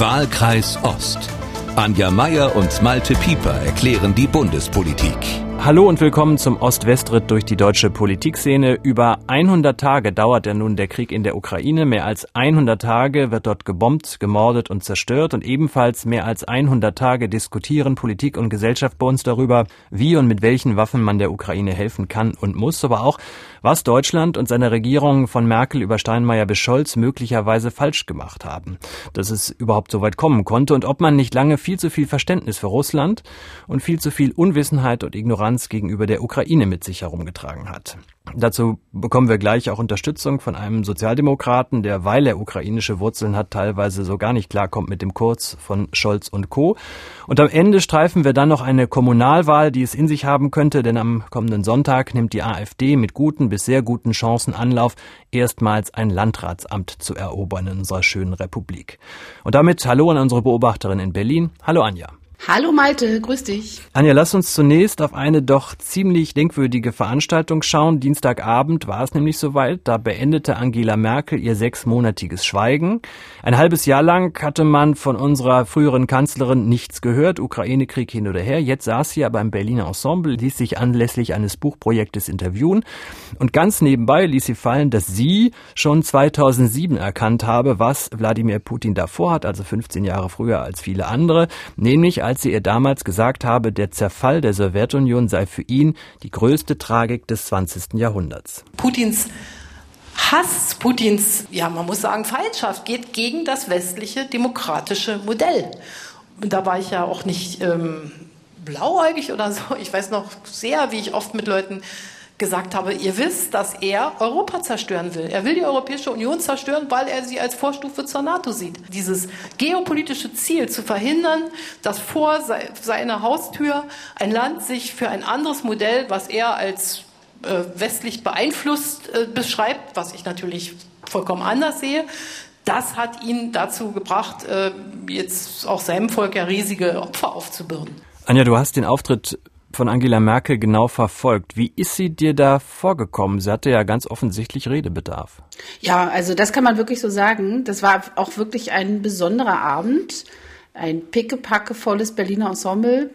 Wahlkreis Ost. Anja Meier und Malte Pieper erklären die Bundespolitik. Hallo und willkommen zum Ost-West-Ritt durch die deutsche Politikszene. Über 100 Tage dauert ja nun der Krieg in der Ukraine. Mehr als 100 Tage wird dort gebombt, gemordet und zerstört. Und ebenfalls mehr als 100 Tage diskutieren Politik und Gesellschaft bei uns darüber, wie und mit welchen Waffen man der Ukraine helfen kann und muss. Aber auch, was Deutschland und seine Regierung von Merkel über Steinmeier bis Scholz möglicherweise falsch gemacht haben. Dass es überhaupt so weit kommen konnte und ob man nicht lange viel zu viel Verständnis für Russland und viel zu viel Unwissenheit und Ignoranz gegenüber der Ukraine mit sich herumgetragen hat. Dazu bekommen wir gleich auch Unterstützung von einem Sozialdemokraten, der, weil er ukrainische Wurzeln hat, teilweise so gar nicht klarkommt mit dem Kurz von Scholz und Co. Und am Ende streifen wir dann noch eine Kommunalwahl, die es in sich haben könnte, denn am kommenden Sonntag nimmt die AfD mit guten bis sehr guten Chancen Anlauf, erstmals ein Landratsamt zu erobern in unserer schönen Republik. Und damit hallo an unsere Beobachterin in Berlin. Hallo Anja. Hallo Malte, grüß dich. Anja, lass uns zunächst auf eine doch ziemlich denkwürdige Veranstaltung schauen. Dienstagabend war es nämlich soweit. Da beendete Angela Merkel ihr 6-monatiges Schweigen. Ein halbes Jahr lang hatte man von unserer früheren Kanzlerin nichts gehört. Ukraine-Krieg hin oder her. Jetzt saß sie aber im Berliner Ensemble, ließ sich anlässlich eines Buchprojektes interviewen. Und ganz nebenbei ließ sie fallen, dass sie schon 2007 erkannt habe, was Wladimir Putin da vorhat, also 15 Jahre früher als viele andere, nämlich als sie ihr damals gesagt habe, der Zerfall der Sowjetunion sei für ihn die größte Tragik des 20. Jahrhunderts. Putins Hass, Putins, man muss sagen, Feindschaft geht gegen das westliche demokratische Modell. Und da war ich ja auch nicht blauäugig oder so. Ich weiß noch sehr, wie ich oft mit Leuten gesagt habe, ihr wisst, dass er Europa zerstören will. Er will die Europäische Union zerstören, weil er sie als Vorstufe zur NATO sieht. Dieses geopolitische Ziel zu verhindern, dass vor seiner Haustür ein Land sich für ein anderes Modell, was er als westlich beeinflusst beschreibt, was ich natürlich vollkommen anders sehe, das hat ihn dazu gebracht, jetzt auch seinem Volk ja riesige Opfer aufzubürden. Anja, du hast den Auftritt von Angela Merkel genau verfolgt. Wie ist sie dir da vorgekommen? Sie hatte ja ganz offensichtlich Redebedarf. Ja, also das kann man wirklich so sagen. Das war auch wirklich ein besonderer Abend. Ein pickepackevolles Berliner Ensemble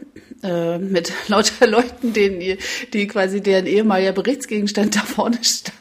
mit lauter Leuten, die quasi deren ehemaliger Berichtsgegenstand da vorne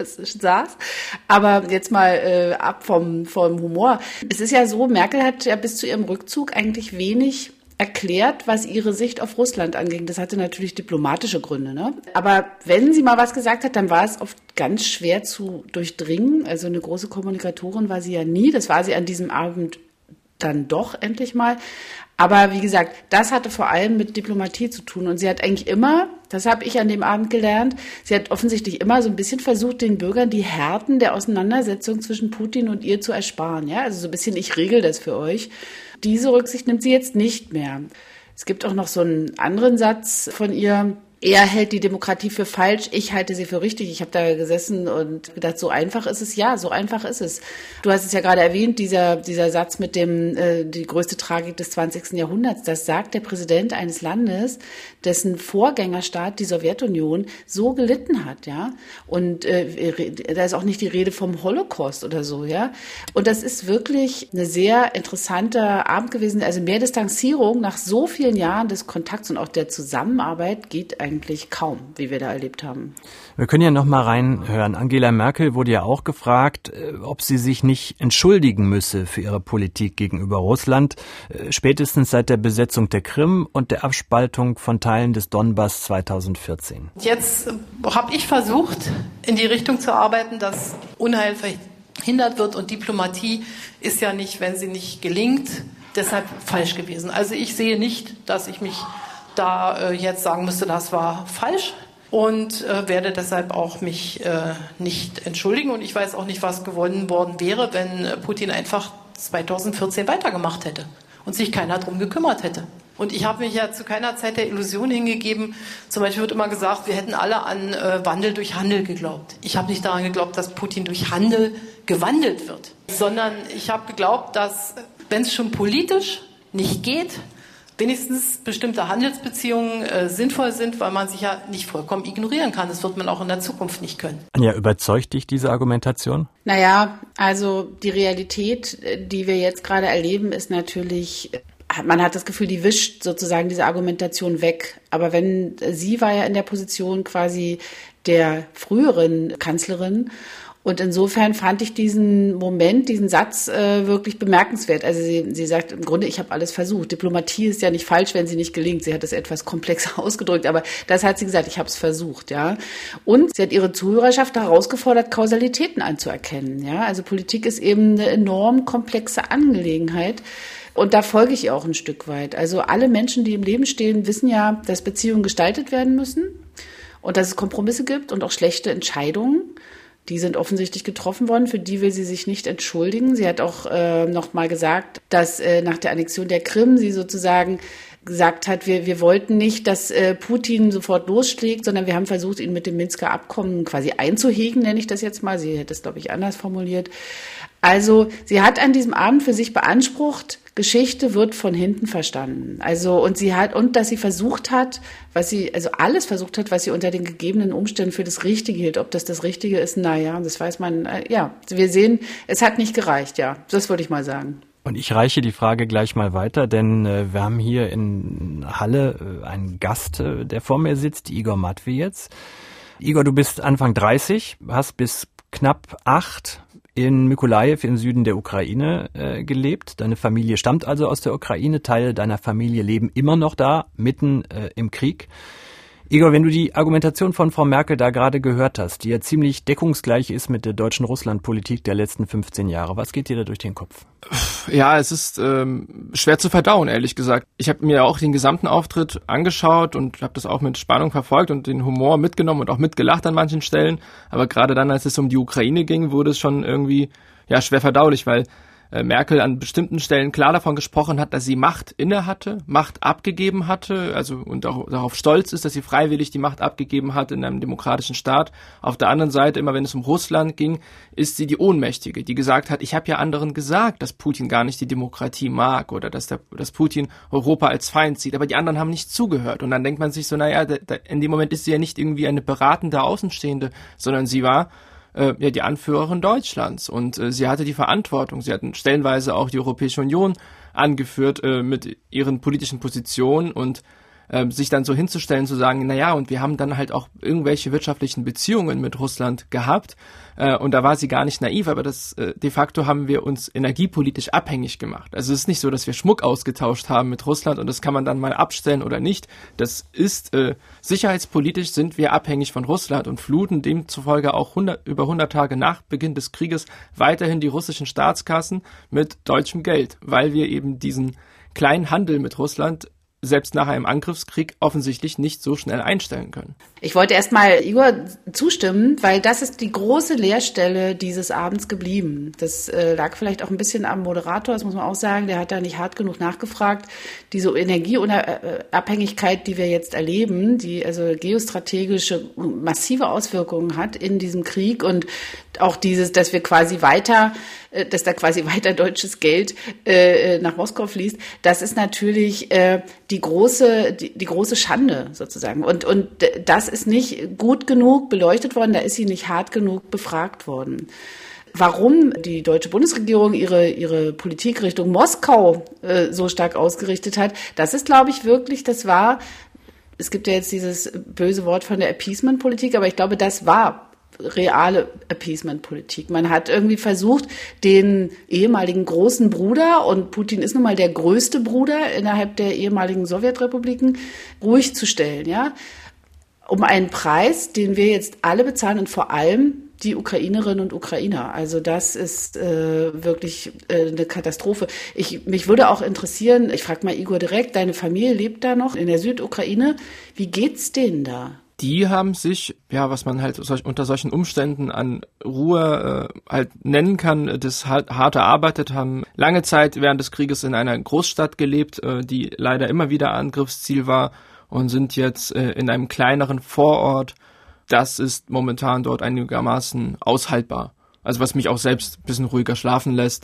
saß. Aber jetzt mal ab vom Humor. Es ist ja so, Merkel hat ja bis zu ihrem Rückzug eigentlich wenig erklärt, was ihre Sicht auf Russland anging. Das hatte natürlich diplomatische Gründe, ne? Aber wenn sie mal was gesagt hat, dann war es oft ganz schwer zu durchdringen. Also eine große Kommunikatorin war sie ja nie. Das war sie an diesem Abend dann doch endlich mal. Aber wie gesagt, das hatte vor allem mit Diplomatie zu tun. Und sie hat eigentlich immer, das habe ich an dem Abend gelernt, sie hat offensichtlich immer so ein bisschen versucht, den Bürgern die Härten der Auseinandersetzung zwischen Putin und ihr zu ersparen. Ja? Also so ein bisschen, ich regel das für euch. Diese Rücksicht nimmt sie jetzt nicht mehr. Es gibt auch noch so einen anderen Satz von ihr. Er hält die Demokratie für falsch, ich halte sie für richtig. Ich habe da gesessen und gedacht, so einfach ist es. Ja, so einfach ist es. Du hast es ja gerade erwähnt, dieser Satz mit dem die größte Tragik des 20. Jahrhunderts. Das sagt der Präsident eines Landes, dessen Vorgängerstaat, die Sowjetunion, so gelitten hat, ja. Und da ist auch nicht die Rede vom Holocaust oder so, ja. Und das ist wirklich eine sehr interessanter Abend gewesen. Also mehr Distanzierung nach so vielen Jahren des Kontakts und auch der Zusammenarbeit geht eigentlich kaum, wie wir da erlebt haben. Wir können ja noch mal reinhören. Angela Merkel wurde ja auch gefragt, ob sie sich nicht entschuldigen müsse für ihre Politik gegenüber Russland, spätestens seit der Besetzung der Krim und der Abspaltung von Teilen des Donbass 2014. Jetzt habe ich versucht, in die Richtung zu arbeiten, dass Unheil verhindert wird, und Diplomatie ist ja nicht, wenn sie nicht gelingt, deshalb falsch gewesen. Also ich sehe nicht, dass ich mich da jetzt sagen müsste, das war falsch, und werde deshalb auch mich nicht entschuldigen. Und ich weiß auch nicht, was gewonnen worden wäre, wenn Putin einfach 2014 weitergemacht hätte und sich keiner drum gekümmert hätte. Und ich habe mich ja zu keiner Zeit der Illusion hingegeben. Zum Beispiel wird immer gesagt, wir hätten alle an Wandel durch Handel geglaubt. Ich habe nicht daran geglaubt, dass Putin durch Handel gewandelt wird, sondern ich habe geglaubt, dass, wenn es schon politisch nicht geht, wenigstens bestimmte Handelsbeziehungen sinnvoll sind, weil man sich ja nicht vollkommen ignorieren kann. Das wird man auch in der Zukunft nicht können. Anja, überzeugt dich diese Argumentation? Naja, also die Realität, die wir jetzt gerade erleben, ist natürlich, man hat das Gefühl, die wischt sozusagen diese Argumentation weg. Aber sie war ja in der Position quasi der früheren Kanzlerin. Und insofern fand ich diesen Satz wirklich bemerkenswert. Also sie sagt im Grunde, ich habe alles versucht. Diplomatie ist ja nicht falsch, wenn sie nicht gelingt. Sie hat es etwas komplexer ausgedrückt, aber das hat sie gesagt, ich habe es versucht, ja. Und sie hat ihre Zuhörerschaft herausgefordert, Kausalitäten anzuerkennen, ja. Also Politik ist eben eine enorm komplexe Angelegenheit. Und da folge ich ihr auch ein Stück weit. Also alle Menschen, die im Leben stehen, wissen ja, dass Beziehungen gestaltet werden müssen und dass es Kompromisse gibt und auch schlechte Entscheidungen. Die sind offensichtlich getroffen worden, für die will sie sich nicht entschuldigen. Sie hat auch noch mal gesagt, dass nach der Annexion der Krim sie sozusagen gesagt hat, wir wollten nicht, dass Putin sofort losschlägt, sondern wir haben versucht, ihn mit dem Minsker Abkommen quasi einzuhegen, nenne ich das jetzt mal. Sie hätte es, glaube ich, anders formuliert. Also sie hat an diesem Abend für sich beansprucht, Geschichte wird von hinten verstanden. Also dass sie versucht hat, alles versucht hat, was sie unter den gegebenen Umständen für das Richtige hielt. Ob das Richtige ist, das weiß man. Wir sehen, es hat nicht gereicht. Ja, das würde ich mal sagen. Und ich reiche die Frage gleich mal weiter, denn wir haben hier in Halle einen Gast, der vor mir sitzt, Igor Matwiejetz. Igor, du bist Anfang 30, hast bis knapp 8 in Mykolajiw im Süden der Ukraine gelebt. Deine Familie stammt also aus der Ukraine. Teile deiner Familie leben immer noch da, mitten im Krieg. Igor, wenn du die Argumentation von Frau Merkel da gerade gehört hast, die ja ziemlich deckungsgleich ist mit der deutschen Russlandpolitik der letzten 15 Jahre, was geht dir da durch den Kopf? Ja, es ist schwer zu verdauen, ehrlich gesagt. Ich habe mir auch den gesamten Auftritt angeschaut und habe das auch mit Spannung verfolgt und den Humor mitgenommen und auch mitgelacht an manchen Stellen. Aber gerade dann, als es um die Ukraine ging, wurde es schon irgendwie schwer verdaulich, weil Merkel an bestimmten Stellen klar davon gesprochen hat, dass sie Macht inne hatte, Macht abgegeben hatte, also und auch darauf stolz ist, dass sie freiwillig die Macht abgegeben hat in einem demokratischen Staat. Auf der anderen Seite, immer wenn es um Russland ging, ist sie die Ohnmächtige, die gesagt hat, ich habe ja anderen gesagt, dass Putin gar nicht die Demokratie mag oder dass Putin Europa als Feind sieht, aber die anderen haben nicht zugehört. Und dann denkt man sich so, in dem Moment ist sie ja nicht irgendwie eine beratende Außenstehende, sondern sie war die Anführerin Deutschlands und sie hatte die Verantwortung. Sie hatten stellenweise auch die Europäische Union angeführt mit ihren politischen Positionen und sich dann so hinzustellen, zu sagen, und wir haben dann halt auch irgendwelche wirtschaftlichen Beziehungen mit Russland gehabt und da war sie gar nicht naiv, aber de facto haben wir uns energiepolitisch abhängig gemacht. Also es ist nicht so, dass wir Schmuck ausgetauscht haben mit Russland und das kann man dann mal abstellen oder nicht. Das ist, sicherheitspolitisch sind wir abhängig von Russland und fluten demzufolge auch über 100 Tage nach Beginn des Krieges weiterhin die russischen Staatskassen mit deutschem Geld, weil wir eben diesen kleinen Handel mit Russland selbst nach einem Angriffskrieg offensichtlich nicht so schnell einstellen können. Ich wollte erstmal Igor zustimmen, weil das ist die große Leerstelle dieses Abends geblieben. Das lag vielleicht auch ein bisschen am Moderator, das muss man auch sagen. Der hat da nicht hart genug nachgefragt. Diese Energieunabhängigkeit, die wir jetzt erleben, die also geostrategische massive Auswirkungen hat in diesem Krieg und auch dieses, dass da quasi weiter deutsches Geld nach Moskau fließt, das ist natürlich die große Schande sozusagen. Und das ist nicht gut genug beleuchtet worden, da ist sie nicht hart genug befragt worden. Warum die deutsche Bundesregierung ihre Politik Richtung Moskau so stark ausgerichtet hat, das ist, glaube ich, wirklich, es gibt ja jetzt dieses böse Wort von der Appeasement-Politik, aber ich glaube, das war reale Appeasement-Politik. Man hat irgendwie versucht, den ehemaligen großen Bruder, und Putin ist nun mal der größte Bruder innerhalb der ehemaligen Sowjetrepubliken, ruhig zu stellen, ja, um einen Preis, den wir jetzt alle bezahlen und vor allem die Ukrainerinnen und Ukrainer. Also das ist wirklich eine Katastrophe. Mich würde auch interessieren, ich frage mal Igor direkt, deine Familie lebt da noch in der Südukraine. Wie geht's denen da? Die haben sich, was man halt unter solchen Umständen an Ruhe halt nennen kann, das hart erarbeitet haben. Lange Zeit während des Krieges in einer Großstadt gelebt, die leider immer wieder Angriffsziel war und sind jetzt in einem kleineren Vorort. Das ist momentan dort einigermaßen aushaltbar. Also was mich auch selbst ein bisschen ruhiger schlafen lässt.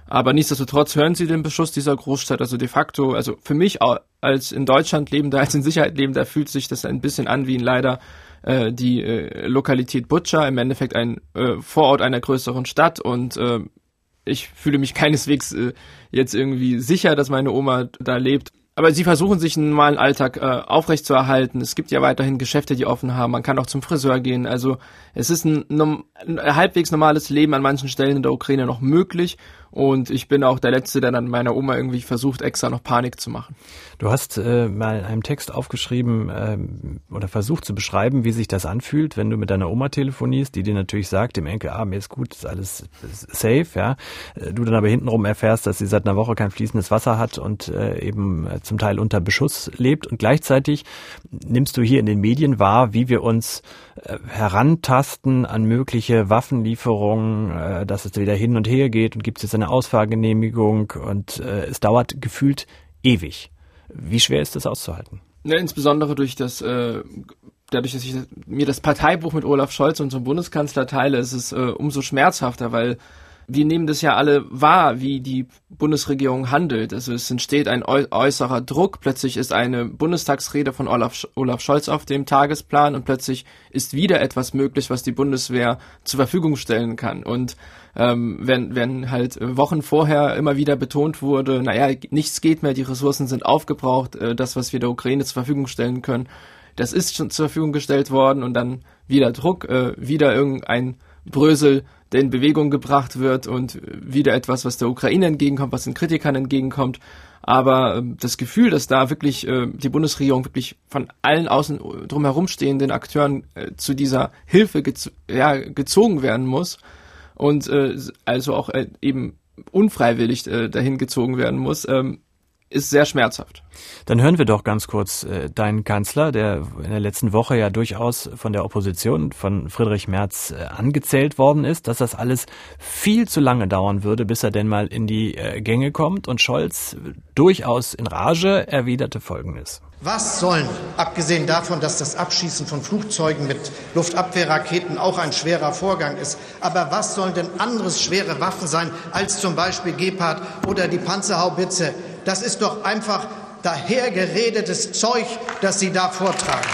Aber nichtsdestotrotz hören sie den Beschuss dieser Großstadt, also de facto, also für mich als in Deutschland lebender, als in Sicherheit lebender, fühlt sich das ein bisschen an wie leider die Lokalität Butscha, im Endeffekt ein Vorort einer größeren Stadt, und ich fühle mich keineswegs jetzt irgendwie sicher, dass meine Oma da lebt. Aber sie versuchen, sich einen normalen Alltag aufrechtzuerhalten. Es gibt ja weiterhin Geschäfte, die offen haben. Man kann auch zum Friseur gehen. Also es ist ein halbwegs normales Leben an manchen Stellen in der Ukraine noch möglich. Und ich bin auch der Letzte, der dann meiner Oma irgendwie versucht, extra noch Panik zu machen. Du hast mal in einem Text aufgeschrieben oder versucht zu beschreiben, wie sich das anfühlt, wenn du mit deiner Oma telefonierst, die dir natürlich sagt, dem Enkel, mir ist gut, ist alles safe, ja. Du dann aber hintenrum erfährst, dass sie seit einer Woche kein fließendes Wasser hat und eben zum Teil unter Beschuss lebt. Und gleichzeitig nimmst du hier in den Medien wahr, wie wir uns herantasten an mögliche Waffenlieferungen, dass es wieder hin und her geht, und gibt es jetzt eine Ausfahrgenehmigung, und es dauert gefühlt ewig. Wie schwer ist das auszuhalten? Ja, insbesondere dadurch, dass ich mir das Parteibuch mit Olaf Scholz, unserem Bundeskanzler, teile, ist es umso schmerzhafter, weil wir nehmen das ja alle wahr, wie die Bundesregierung handelt. Also es entsteht ein äußerer Druck, plötzlich ist eine Bundestagsrede von Olaf Scholz auf dem Tagesplan, und plötzlich ist wieder etwas möglich, was die Bundeswehr zur Verfügung stellen kann. Und wenn halt Wochen vorher immer wieder betont wurde, nichts geht mehr, die Ressourcen sind aufgebraucht, das, was wir der Ukraine zur Verfügung stellen können, das ist schon zur Verfügung gestellt worden, und dann wieder Druck, wieder irgendein Brösel, der in Bewegung gebracht wird, und wieder etwas, was der Ukraine entgegenkommt, was den Kritikern entgegenkommt. Aber das Gefühl, dass da wirklich die Bundesregierung wirklich von allen außen drumherum stehenden Akteuren zu dieser Hilfe gezogen werden muss, und also auch eben unfreiwillig dahin gezogen werden muss, ist sehr schmerzhaft. Dann hören wir doch ganz kurz deinen Kanzler, der in der letzten Woche ja durchaus von der Opposition, von Friedrich Merz angezählt worden ist, dass das alles viel zu lange dauern würde, bis er denn mal in die Gänge kommt. Und Scholz, durchaus in Rage, erwiderte Folgendes. Was sollen, abgesehen davon, dass das Abschießen von Flugzeugen mit Luftabwehrraketen auch ein schwerer Vorgang ist, aber was sollen denn anderes schwere Waffen sein, als zum Beispiel Gepard oder die Panzerhaubitze? Das ist doch einfach dahergeredetes Zeug, das Sie da vortragen.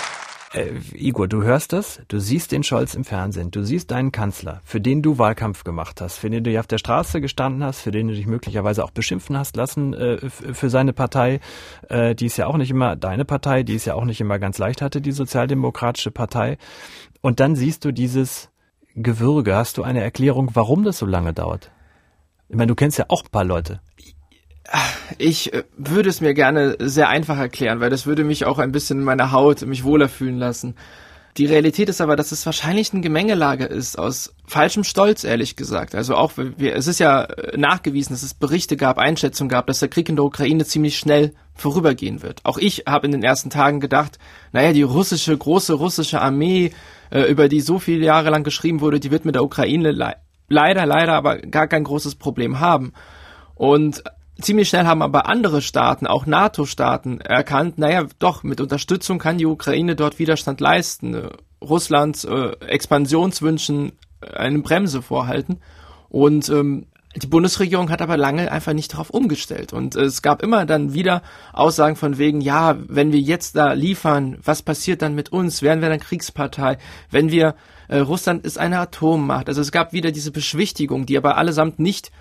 Igor, du hörst das, du siehst den Scholz im Fernsehen, du siehst deinen Kanzler, für den du Wahlkampf gemacht hast, für den du auf der Straße gestanden hast, für den du dich möglicherweise auch beschimpfen hast lassen für seine Partei, die ist ja auch nicht immer deine Partei, die es ja auch nicht immer ganz leicht hatte, die Sozialdemokratische Partei. Und dann siehst du dieses Gewürge. Hast du eine Erklärung, warum das so lange dauert? Ich meine, du kennst ja auch ein paar Leute. Ich würde es mir gerne sehr einfach erklären, weil das würde mich auch ein bisschen in meiner Haut mich wohler fühlen lassen. Die Realität ist aber, dass es wahrscheinlich eine Gemengelage ist aus falschem Stolz, ehrlich gesagt. Also auch, es ist ja nachgewiesen, dass es Berichte gab, Einschätzungen gab, dass der Krieg in der Ukraine ziemlich schnell vorübergehen wird. Auch ich habe in den ersten Tagen gedacht, die große russische Armee, über die so viele Jahre lang geschrieben wurde, die wird mit der Ukraine leider aber gar kein großes Problem haben. Und ziemlich schnell haben aber andere Staaten, auch NATO-Staaten, erkannt, doch, mit Unterstützung kann die Ukraine dort Widerstand leisten, Russlands Expansionswünschen eine Bremse vorhalten. Und die Bundesregierung hat aber lange einfach nicht darauf umgestellt. Und es gab immer dann wieder Aussagen von wegen, wenn wir jetzt da liefern, was passiert dann mit uns? Wären wir dann Kriegspartei? Wenn wir, Russland ist eine Atommacht. Also es gab wieder diese Beschwichtigung, die aber allesamt nicht,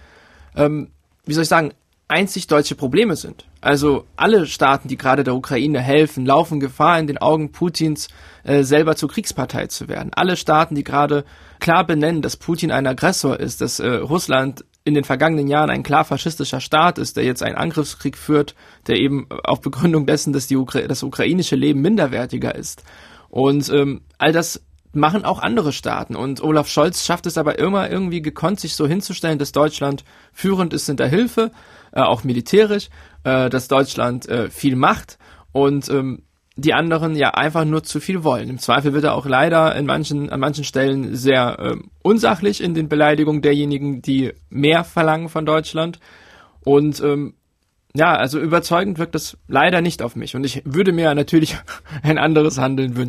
einzig deutsche Probleme sind. Also alle Staaten, die gerade der Ukraine helfen, laufen Gefahr, in den Augen Putins selber zur Kriegspartei zu werden. Alle Staaten, die gerade klar benennen, dass Putin ein Aggressor ist, dass Russland in den vergangenen Jahren ein klar faschistischer Staat ist, der jetzt einen Angriffskrieg führt, der eben auf Begründung dessen, dass das ukrainische Leben minderwertiger ist. Und all das machen auch andere Staaten. Und Olaf Scholz schafft es aber immer irgendwie gekonnt, sich so hinzustellen, dass Deutschland führend ist in der Hilfe, auch militärisch, dass Deutschland viel macht und die anderen einfach nur zu viel wollen. Im Zweifel wird er auch leider an manchen Stellen sehr unsachlich in den Beleidigungen derjenigen, die mehr verlangen von Deutschland. Und also überzeugend wirkt das leider nicht auf mich. Und ich würde mir natürlich ein anderes Handeln wünschen.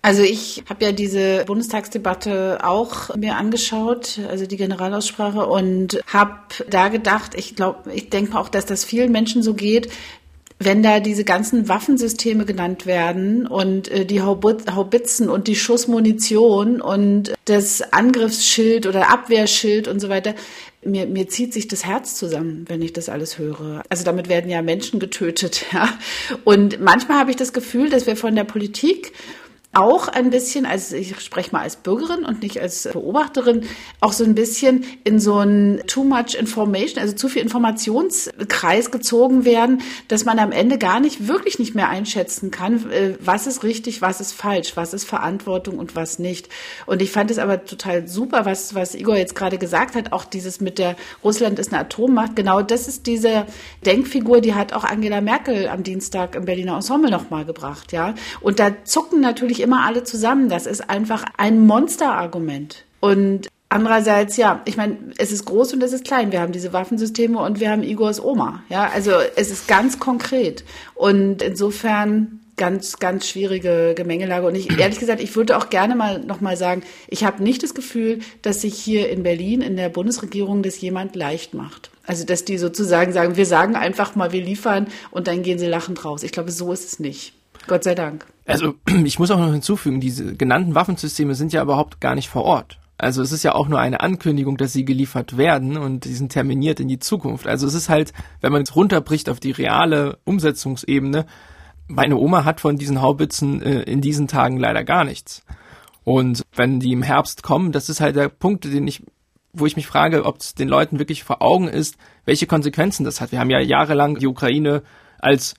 Also ich habe ja diese Bundestagsdebatte auch mir angeschaut, also die Generalaussprache, und habe da gedacht, ich denke auch, dass das vielen Menschen so geht, wenn da diese ganzen Waffensysteme genannt werden und die Haubitzen und die Schussmunition und das Angriffsschild oder Abwehrschild und so weiter, mir zieht sich das Herz zusammen, wenn ich das alles höre. Also damit werden ja Menschen getötet, ja. Und manchmal habe ich das Gefühl, dass wir von der Politik auch ein bisschen, also ich spreche mal als Bürgerin und nicht als Beobachterin, auch so ein bisschen in so ein too much information, also zu viel Informationskreis gezogen werden, dass man am Ende wirklich nicht mehr einschätzen kann, was ist richtig, was ist falsch, was ist Verantwortung und was nicht. Und ich fand es aber total super, was Igor jetzt gerade gesagt hat, auch dieses mit der Russland ist eine Atommacht, genau das ist diese Denkfigur, die hat auch Angela Merkel am Dienstag im Berliner Ensemble nochmal gebracht, ja. Und da zucken natürlich immer alle zusammen. Das ist einfach ein Monsterargument. Und andererseits, ja, ich meine, es ist groß und es ist klein. Wir haben diese Waffensysteme und wir haben Igors Oma. Ja, also es ist ganz konkret. Und insofern ganz, ganz schwierige Gemengelage. Und ehrlich gesagt, ich würde auch gerne nochmal sagen, ich habe nicht das Gefühl, dass sich hier in Berlin, in der Bundesregierung, das jemand leicht macht. Also, dass die sozusagen sagen, wir sagen einfach mal, wir liefern und dann gehen sie lachend raus. Ich glaube, so ist es nicht. Gott sei Dank. Also ich muss auch noch hinzufügen, diese genannten Waffensysteme sind ja überhaupt gar nicht vor Ort. Also es ist ja auch nur eine Ankündigung, dass sie geliefert werden und die sind terminiert in die Zukunft. Also es ist halt, wenn man es runterbricht auf die reale Umsetzungsebene, meine Oma hat von diesen Haubitzen in diesen Tagen leider gar nichts. Und wenn die im Herbst kommen, das ist halt der Punkt, wo ich mich frage, ob es den Leuten wirklich vor Augen ist, welche Konsequenzen das hat. Wir haben ja jahrelang die Ukraine als,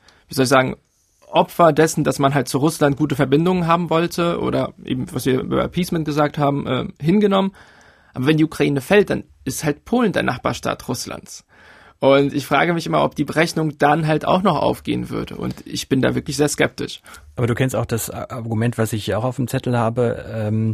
Opfer dessen, dass man halt zu Russland gute Verbindungen haben wollte oder eben, was wir über Appeasement gesagt haben, hingenommen. Aber wenn die Ukraine fällt, dann ist halt Polen der Nachbarstaat Russlands. Und ich frage mich immer, ob die Berechnung dann halt auch noch aufgehen würde. Und ich bin da wirklich sehr skeptisch. Aber du kennst auch das Argument, was ich hier auch auf dem Zettel habe.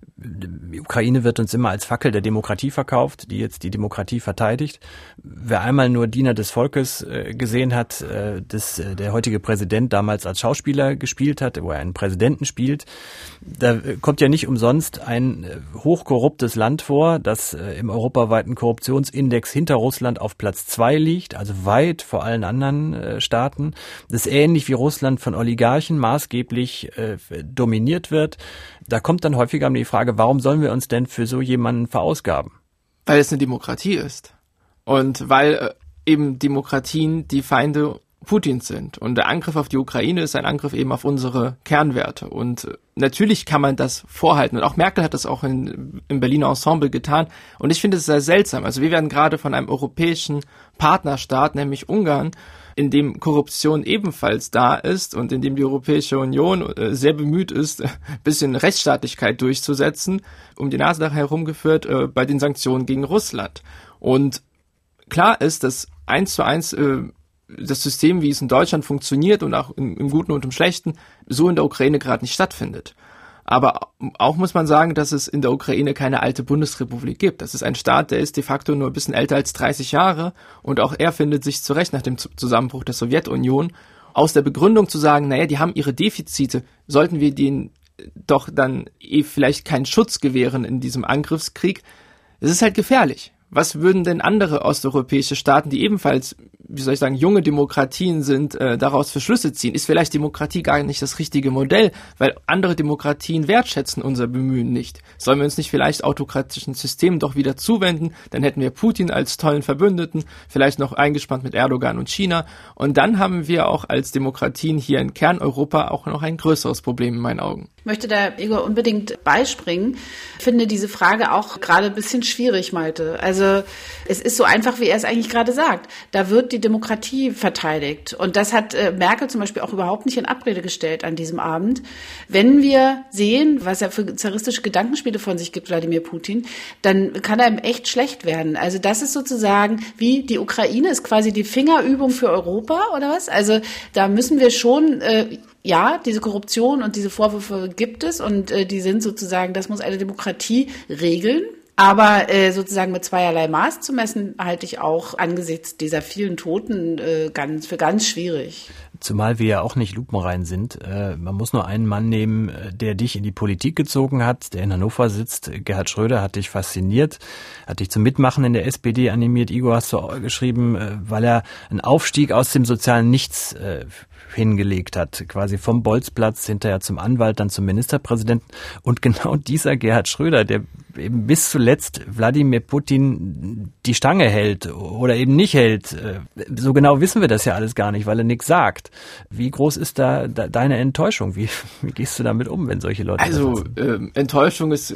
Die Ukraine wird uns immer als Fackel der Demokratie verkauft, die jetzt die Demokratie verteidigt. Wer einmal nur Diener des Volkes gesehen hat, dass der heutige Präsident damals als Schauspieler gespielt hat, wo er einen Präsidenten spielt, da kommt ja nicht umsonst ein hochkorruptes Land vor, das im europaweiten Korruptionsindex hinter Russland auf Platz 2 liegt, also weit vor allen anderen Staaten. Das ist ähnlich wie Russland von Oligarchen maßgeblich dominiert wird. Da kommt dann häufiger die Frage, warum sollen wir uns denn für so jemanden verausgaben? Weil es eine Demokratie ist. Und weil eben Demokratien die Feinde Putins sind. Und der Angriff auf die Ukraine ist ein Angriff eben auf unsere Kernwerte. Und natürlich kann man das vorhalten. Und auch Merkel hat das auch im Berliner Ensemble getan. Und ich finde es sehr seltsam. Also wir werden gerade von einem europäischen Partnerstaat, nämlich Ungarn, in dem Korruption ebenfalls da ist und in dem die Europäische Union sehr bemüht ist, ein bisschen Rechtsstaatlichkeit durchzusetzen, um die Nase nachher herumgeführt bei den Sanktionen gegen Russland. Und klar ist, dass 1:1 das System, wie es in Deutschland funktioniert und auch im Guten und im Schlechten, so in der Ukraine gerade nicht stattfindet. Aber auch muss man sagen, dass es in der Ukraine keine alte Bundesrepublik gibt. Das ist ein Staat, der ist de facto nur ein bisschen älter als 30 Jahre und auch er findet sich zurecht nach dem Zusammenbruch der Sowjetunion. Aus der Begründung zu sagen, naja, die haben ihre Defizite, sollten wir denen doch dann vielleicht keinen Schutz gewähren in diesem Angriffskrieg, es ist halt gefährlich. Was würden denn andere osteuropäische Staaten, die ebenfalls, junge Demokratien sind, daraus für Schlüsse ziehen? Ist vielleicht Demokratie gar nicht das richtige Modell, weil andere Demokratien wertschätzen unser Bemühen nicht? Sollen wir uns nicht vielleicht autokratischen Systemen doch wieder zuwenden? Dann hätten wir Putin als tollen Verbündeten, vielleicht noch eingespannt mit Erdogan und China. Und dann haben wir auch als Demokratien hier in Kerneuropa auch noch ein größeres Problem in meinen Augen. Ich möchte da, Igor, unbedingt beispringen. Ich finde diese Frage auch gerade ein bisschen schwierig, Malte. Also es ist so einfach, wie er es eigentlich gerade sagt. Da wird die Demokratie verteidigt. Und das hat Merkel zum Beispiel auch überhaupt nicht in Abrede gestellt an diesem Abend. Wenn wir sehen, was er für zaristische Gedankenspiele von sich gibt, Wladimir Putin, dann kann er ihm echt schlecht werden. Also das ist sozusagen wie die Ukraine ist quasi die Fingerübung für Europa, oder was? Also da müssen wir schon... Ja, diese Korruption und diese Vorwürfe gibt es und die sind sozusagen, das muss eine Demokratie regeln. Aber sozusagen mit zweierlei Maß zu messen, halte ich auch angesichts dieser vielen Toten für ganz schwierig. Zumal wir ja auch nicht lupenrein sind. Man muss nur einen Mann nehmen, der dich in die Politik gezogen hat, der in Hannover sitzt. Gerhard Schröder hat dich fasziniert, hat dich zum Mitmachen in der SPD animiert. Igor, hast du geschrieben, weil er einen Aufstieg aus dem sozialen Nichts hingelegt hat, quasi vom Bolzplatz hinterher zum Anwalt, dann zum Ministerpräsidenten. Und genau dieser Gerhard Schröder, der eben bis zuletzt Wladimir Putin die Stange hält oder eben nicht hält. So genau wissen wir das ja alles gar nicht, weil er nichts sagt. Wie groß ist da deine Enttäuschung? Wie gehst du damit um, wenn solche Leute... Also Enttäuschung ist,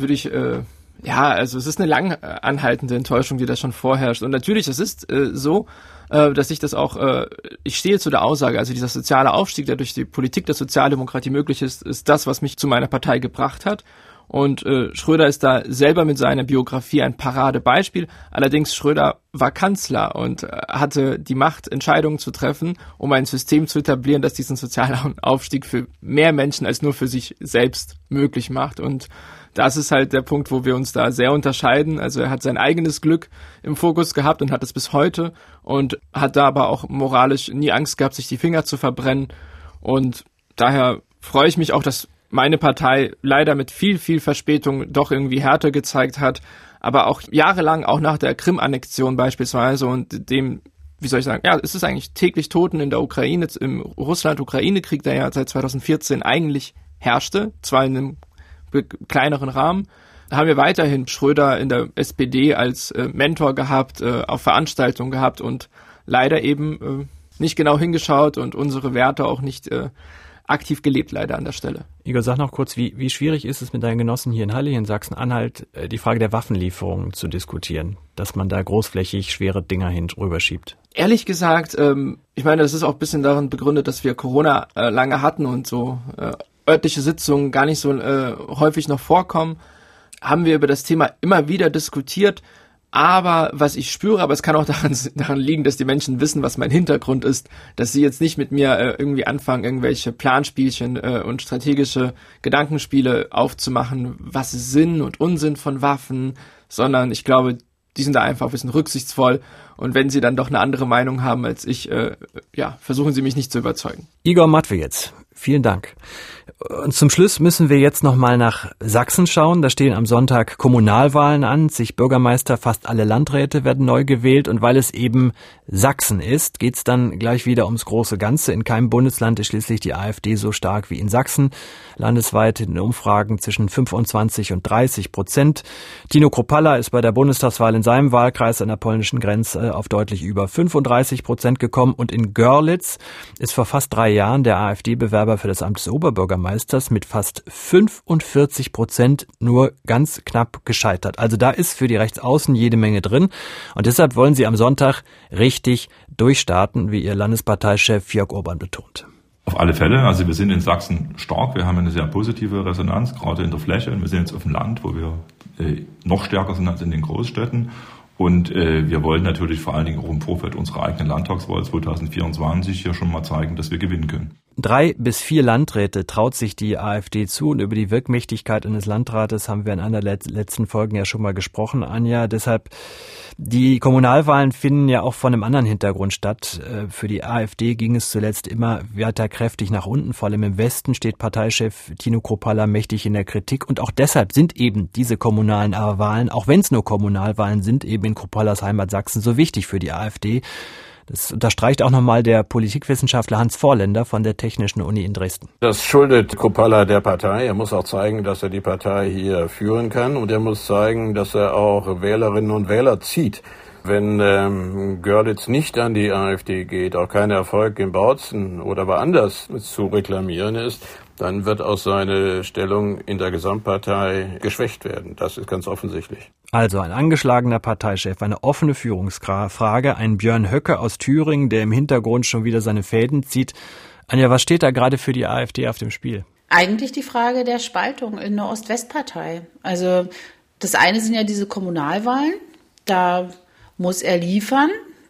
es ist eine lang anhaltende Enttäuschung, die da schon vorherrscht. Und natürlich, es ist so, dass ich das auch, ich stehe zu der Aussage, also dieser soziale Aufstieg, der durch die Politik der Sozialdemokratie möglich ist, ist das, was mich zu meiner Partei gebracht hat. Und Schröder ist da selber mit seiner Biografie ein Paradebeispiel. Allerdings Schröder war Kanzler und hatte die Macht, Entscheidungen zu treffen, um ein System zu etablieren, das diesen sozialen Aufstieg für mehr Menschen als nur für sich selbst möglich macht. Und das ist halt der Punkt, wo wir uns da sehr unterscheiden. Also er hat sein eigenes Glück im Fokus gehabt und hat es bis heute und hat da aber auch moralisch nie Angst gehabt, sich die Finger zu verbrennen. Und daher freue ich mich auch, dass meine Partei leider mit viel, viel Verspätung doch irgendwie Härte gezeigt hat, aber auch jahrelang, auch nach der Krim-Annexion beispielsweise und dem, wie soll ich sagen, ja, es ist eigentlich täglich Toten in der Ukraine, im Russland-Ukraine-Krieg, der ja seit 2014 eigentlich herrschte, zwar in einem kleineren Rahmen, haben wir weiterhin Schröder in der SPD als Mentor gehabt, auf Veranstaltungen gehabt und leider eben nicht genau hingeschaut und unsere Werte auch nicht aktiv gelebt, leider an der Stelle. Igor, sag noch kurz, wie schwierig ist es mit deinen Genossen hier in Halle, in Sachsen-Anhalt, die Frage der Waffenlieferungen zu diskutieren, dass man da großflächig schwere Dinger rüberschiebt? Ehrlich gesagt, ich meine, das ist auch ein bisschen darin begründet, dass wir Corona lange hatten und so örtliche Sitzungen gar nicht so häufig noch vorkommen, haben wir über das Thema immer wieder diskutiert. Aber was ich spüre, aber es kann auch daran liegen, dass die Menschen wissen, was mein Hintergrund ist, dass sie jetzt nicht mit mir irgendwie anfangen, irgendwelche Planspielchen und strategische Gedankenspiele aufzumachen, was ist Sinn und Unsinn von Waffen, sondern ich glaube, die sind da einfach ein bisschen rücksichtsvoll und wenn sie dann doch eine andere Meinung haben als ich, versuchen sie mich nicht zu überzeugen. Igor Matwiejetz, vielen Dank. Und zum Schluss müssen wir jetzt nochmal nach Sachsen schauen. Da stehen am Sonntag Kommunalwahlen an. Zig Bürgermeister, fast alle Landräte werden neu gewählt. Und weil es eben Sachsen ist, geht's dann gleich wieder ums große Ganze. In keinem Bundesland ist schließlich die AfD so stark wie in Sachsen. Landesweit in Umfragen zwischen 25% und 30%. Tino Kruppalla ist bei der Bundestagswahl in seinem Wahlkreis an der polnischen Grenze auf deutlich über 35% gekommen. Und in Görlitz ist vor fast 3 Jahren der AfD-Bewerber für das Amt des Oberbürgermeisters mit fast 45% nur ganz knapp gescheitert. Also da ist für die Rechtsaußen jede Menge drin. Und deshalb wollen sie am Sonntag richtig durchstarten, wie ihr Landesparteichef Jörg Urban betont. Auf alle Fälle, also wir sind in Sachsen stark, wir haben eine sehr positive Resonanz, gerade in der Fläche. Und wir sind jetzt auf dem Land, wo wir noch stärker sind als in den Großstädten. Und wir wollen natürlich vor allen Dingen auch im Vorfeld unserer eigenen Landtagswahl 2024 hier schon mal zeigen, dass wir gewinnen können. 3 bis 4 Landräte traut sich die AfD zu und über die Wirkmächtigkeit eines Landrates haben wir in einer der letzten Folgen ja schon mal gesprochen, Anja. Deshalb, die Kommunalwahlen finden ja auch von einem anderen Hintergrund statt. Für die AfD ging es zuletzt immer weiter kräftig nach unten. Vor allem im Westen steht Parteichef Tino Kruppalla mächtig in der Kritik. Und auch deshalb sind eben diese kommunalen Wahlen, auch wenn es nur Kommunalwahlen sind, eben in Kruppallas Heimat Sachsen so wichtig für die AfD. Das unterstreicht auch nochmal der Politikwissenschaftler Hans Vorländer von der Technischen Uni in Dresden. Das schuldet Kruppalla der Partei. Er muss auch zeigen, dass er die Partei hier führen kann. Und er muss zeigen, dass er auch Wählerinnen und Wähler zieht. Wenn Görlitz nicht an die AfD geht, auch kein Erfolg in Bautzen oder woanders zu reklamieren ist, dann wird auch seine Stellung in der Gesamtpartei geschwächt werden. Das ist ganz offensichtlich. Also ein angeschlagener Parteichef, eine offene Führungsfrage, ein Björn Höcke aus Thüringen, der im Hintergrund schon wieder seine Fäden zieht. Anja, was steht da gerade für die AfD auf dem Spiel? Eigentlich die Frage der Spaltung in der Ost-West-Partei. Also das eine sind ja diese Kommunalwahlen, da muss er liefern.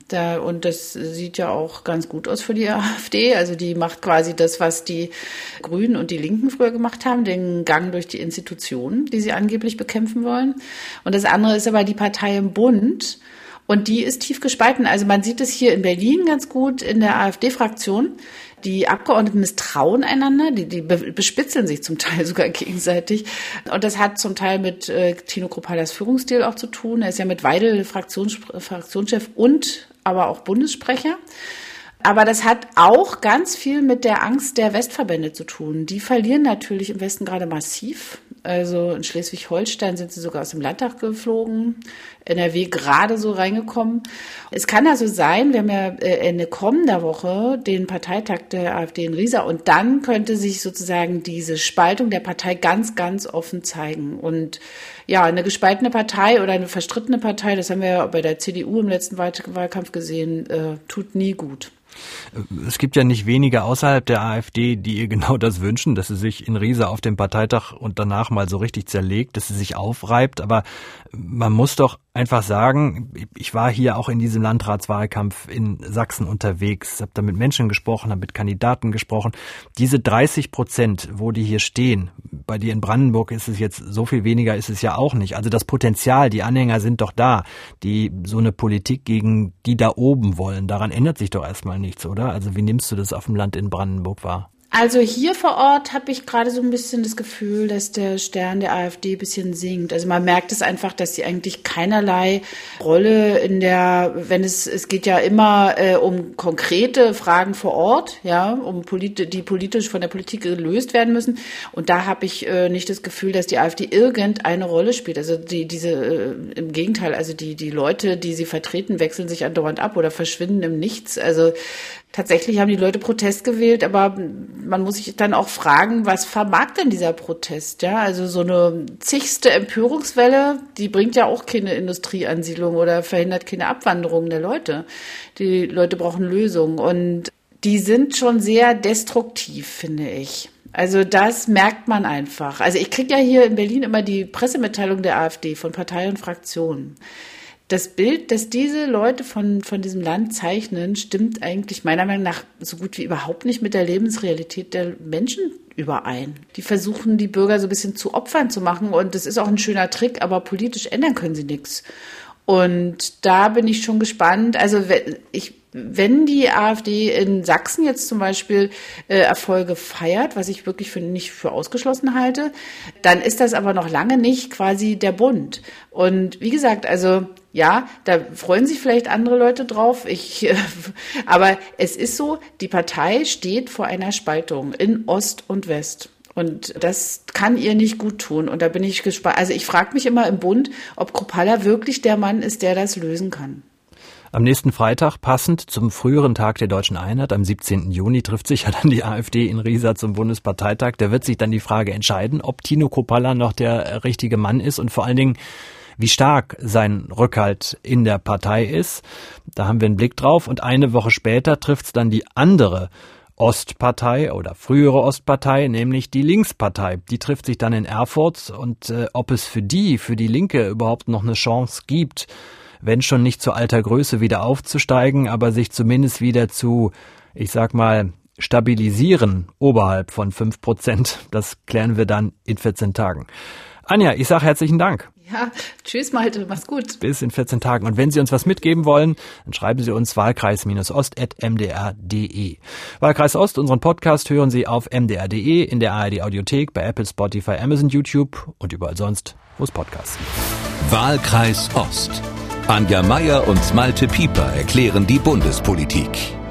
Und das sieht ja auch ganz gut aus für die AfD. Also die macht quasi das, was die Grünen und die Linken früher gemacht haben, den Gang durch die Institutionen, die sie angeblich bekämpfen wollen. Und das andere ist aber die Partei im Bund. Und die ist tief gespalten. Also man sieht es hier in Berlin ganz gut in der AfD-Fraktion. Die Abgeordneten misstrauen einander, die bespitzeln sich zum Teil sogar gegenseitig. Und das hat zum Teil mit Tino Kruppallers Führungsstil auch zu tun. Er ist ja mit Weidel Fraktionschef und aber auch Bundessprecher. Aber das hat auch ganz viel mit der Angst der Westverbände zu tun. Die verlieren natürlich im Westen gerade massiv. Also in Schleswig-Holstein sind sie sogar aus dem Landtag geflogen, NRW gerade so reingekommen. Es kann also sein, wir haben ja Ende kommender Woche den Parteitag der AfD in Riesa und dann könnte sich sozusagen diese Spaltung der Partei ganz, ganz offen zeigen. Und ja, eine gespaltene Partei oder eine verstrittene Partei, das haben wir ja bei der CDU im letzten Wahlkampf gesehen, tut nie gut. Es gibt ja nicht wenige außerhalb der AfD, die ihr genau das wünschen, dass sie sich in Riesa auf dem Parteitag und danach mal so richtig zerlegt, dass sie sich aufreibt. Aber man muss doch einfach sagen, ich war hier auch in diesem Landratswahlkampf in Sachsen unterwegs, habe da mit Menschen gesprochen, habe mit Kandidaten gesprochen. Diese 30%, wo die hier stehen, bei dir in Brandenburg ist es jetzt so viel weniger, ist es ja auch nicht. Also das Potenzial, die Anhänger sind doch da, die so eine Politik gegen die da oben wollen. Daran ändert sich doch erstmal nichts, oder? Also wie nimmst du das auf dem Land in Brandenburg wahr? Also hier vor Ort habe ich gerade so ein bisschen das Gefühl, dass der Stern der AfD ein bisschen sinkt. Also man merkt es einfach, dass sie eigentlich keinerlei Rolle es geht ja immer um konkrete Fragen vor Ort, ja, die politisch von der Politik gelöst werden müssen. Und da habe ich nicht das Gefühl, dass die AfD irgendeine Rolle spielt. Also im Gegenteil, also die Leute, die sie vertreten, wechseln sich andauernd ab oder verschwinden im Nichts. Also tatsächlich haben die Leute Protest gewählt, aber man muss sich dann auch fragen, was vermag denn dieser Protest? Ja, also so eine zigste Empörungswelle, die bringt ja auch keine Industrieansiedlung oder verhindert keine Abwanderung der Leute. Die Leute brauchen Lösungen und die sind schon sehr destruktiv, finde ich. Also das merkt man einfach. Also ich kriege ja hier in Berlin immer die Pressemitteilung der AfD von Partei und Fraktion. Das Bild, das diese Leute von diesem Land zeichnen, stimmt eigentlich meiner Meinung nach so gut wie überhaupt nicht mit der Lebensrealität der Menschen überein. Die versuchen, die Bürger so ein bisschen zu Opfern zu machen und das ist auch ein schöner Trick, aber politisch ändern können sie nichts. Und da bin ich schon gespannt. Also wenn die AfD in Sachsen jetzt zum Beispiel Erfolge feiert, was ich wirklich nicht für ausgeschlossen halte, dann ist das aber noch lange nicht quasi der Bund. Und wie gesagt, also ja, da freuen sich vielleicht andere Leute drauf. Aber es ist so, die Partei steht vor einer Spaltung in Ost und West. Und das kann ihr nicht gut tun. Und da bin ich gespannt. Also ich frage mich immer im Bund, ob Kruppalla wirklich der Mann ist, der das lösen kann. Am nächsten Freitag, passend zum früheren Tag der Deutschen Einheit, am 17. Juni, trifft sich ja dann die AfD in Riesa zum Bundesparteitag. Da wird sich dann die Frage entscheiden, ob Tino Kruppalla noch der richtige Mann ist und vor allen Dingen, wie stark sein Rückhalt in der Partei ist. Da haben wir einen Blick drauf. Und eine Woche später trifft es dann die andere Ostpartei oder frühere Ostpartei, nämlich die Linkspartei. Die trifft sich dann in Erfurt und ob es für die Linke überhaupt noch eine Chance gibt, wenn schon nicht zu alter Größe wieder aufzusteigen, aber sich zumindest wieder zu, ich sag mal, stabilisieren oberhalb von 5%. Das klären wir dann in 14 Tagen. Anja, ich sage herzlichen Dank. Ja, tschüss Malte, mach's gut. Bis in 14 Tagen. Und wenn Sie uns was mitgeben wollen, dann schreiben Sie uns wahlkreis-ost@mdr.de. Wahlkreis Ost, unseren Podcast hören Sie auf mdr.de, in der ARD Audiothek, bei Apple, Spotify, Amazon, YouTube und überall sonst, wo es Podcasts gibt. Wahlkreis Ost. Anja Meier und Malte Pieper erklären die Bundespolitik.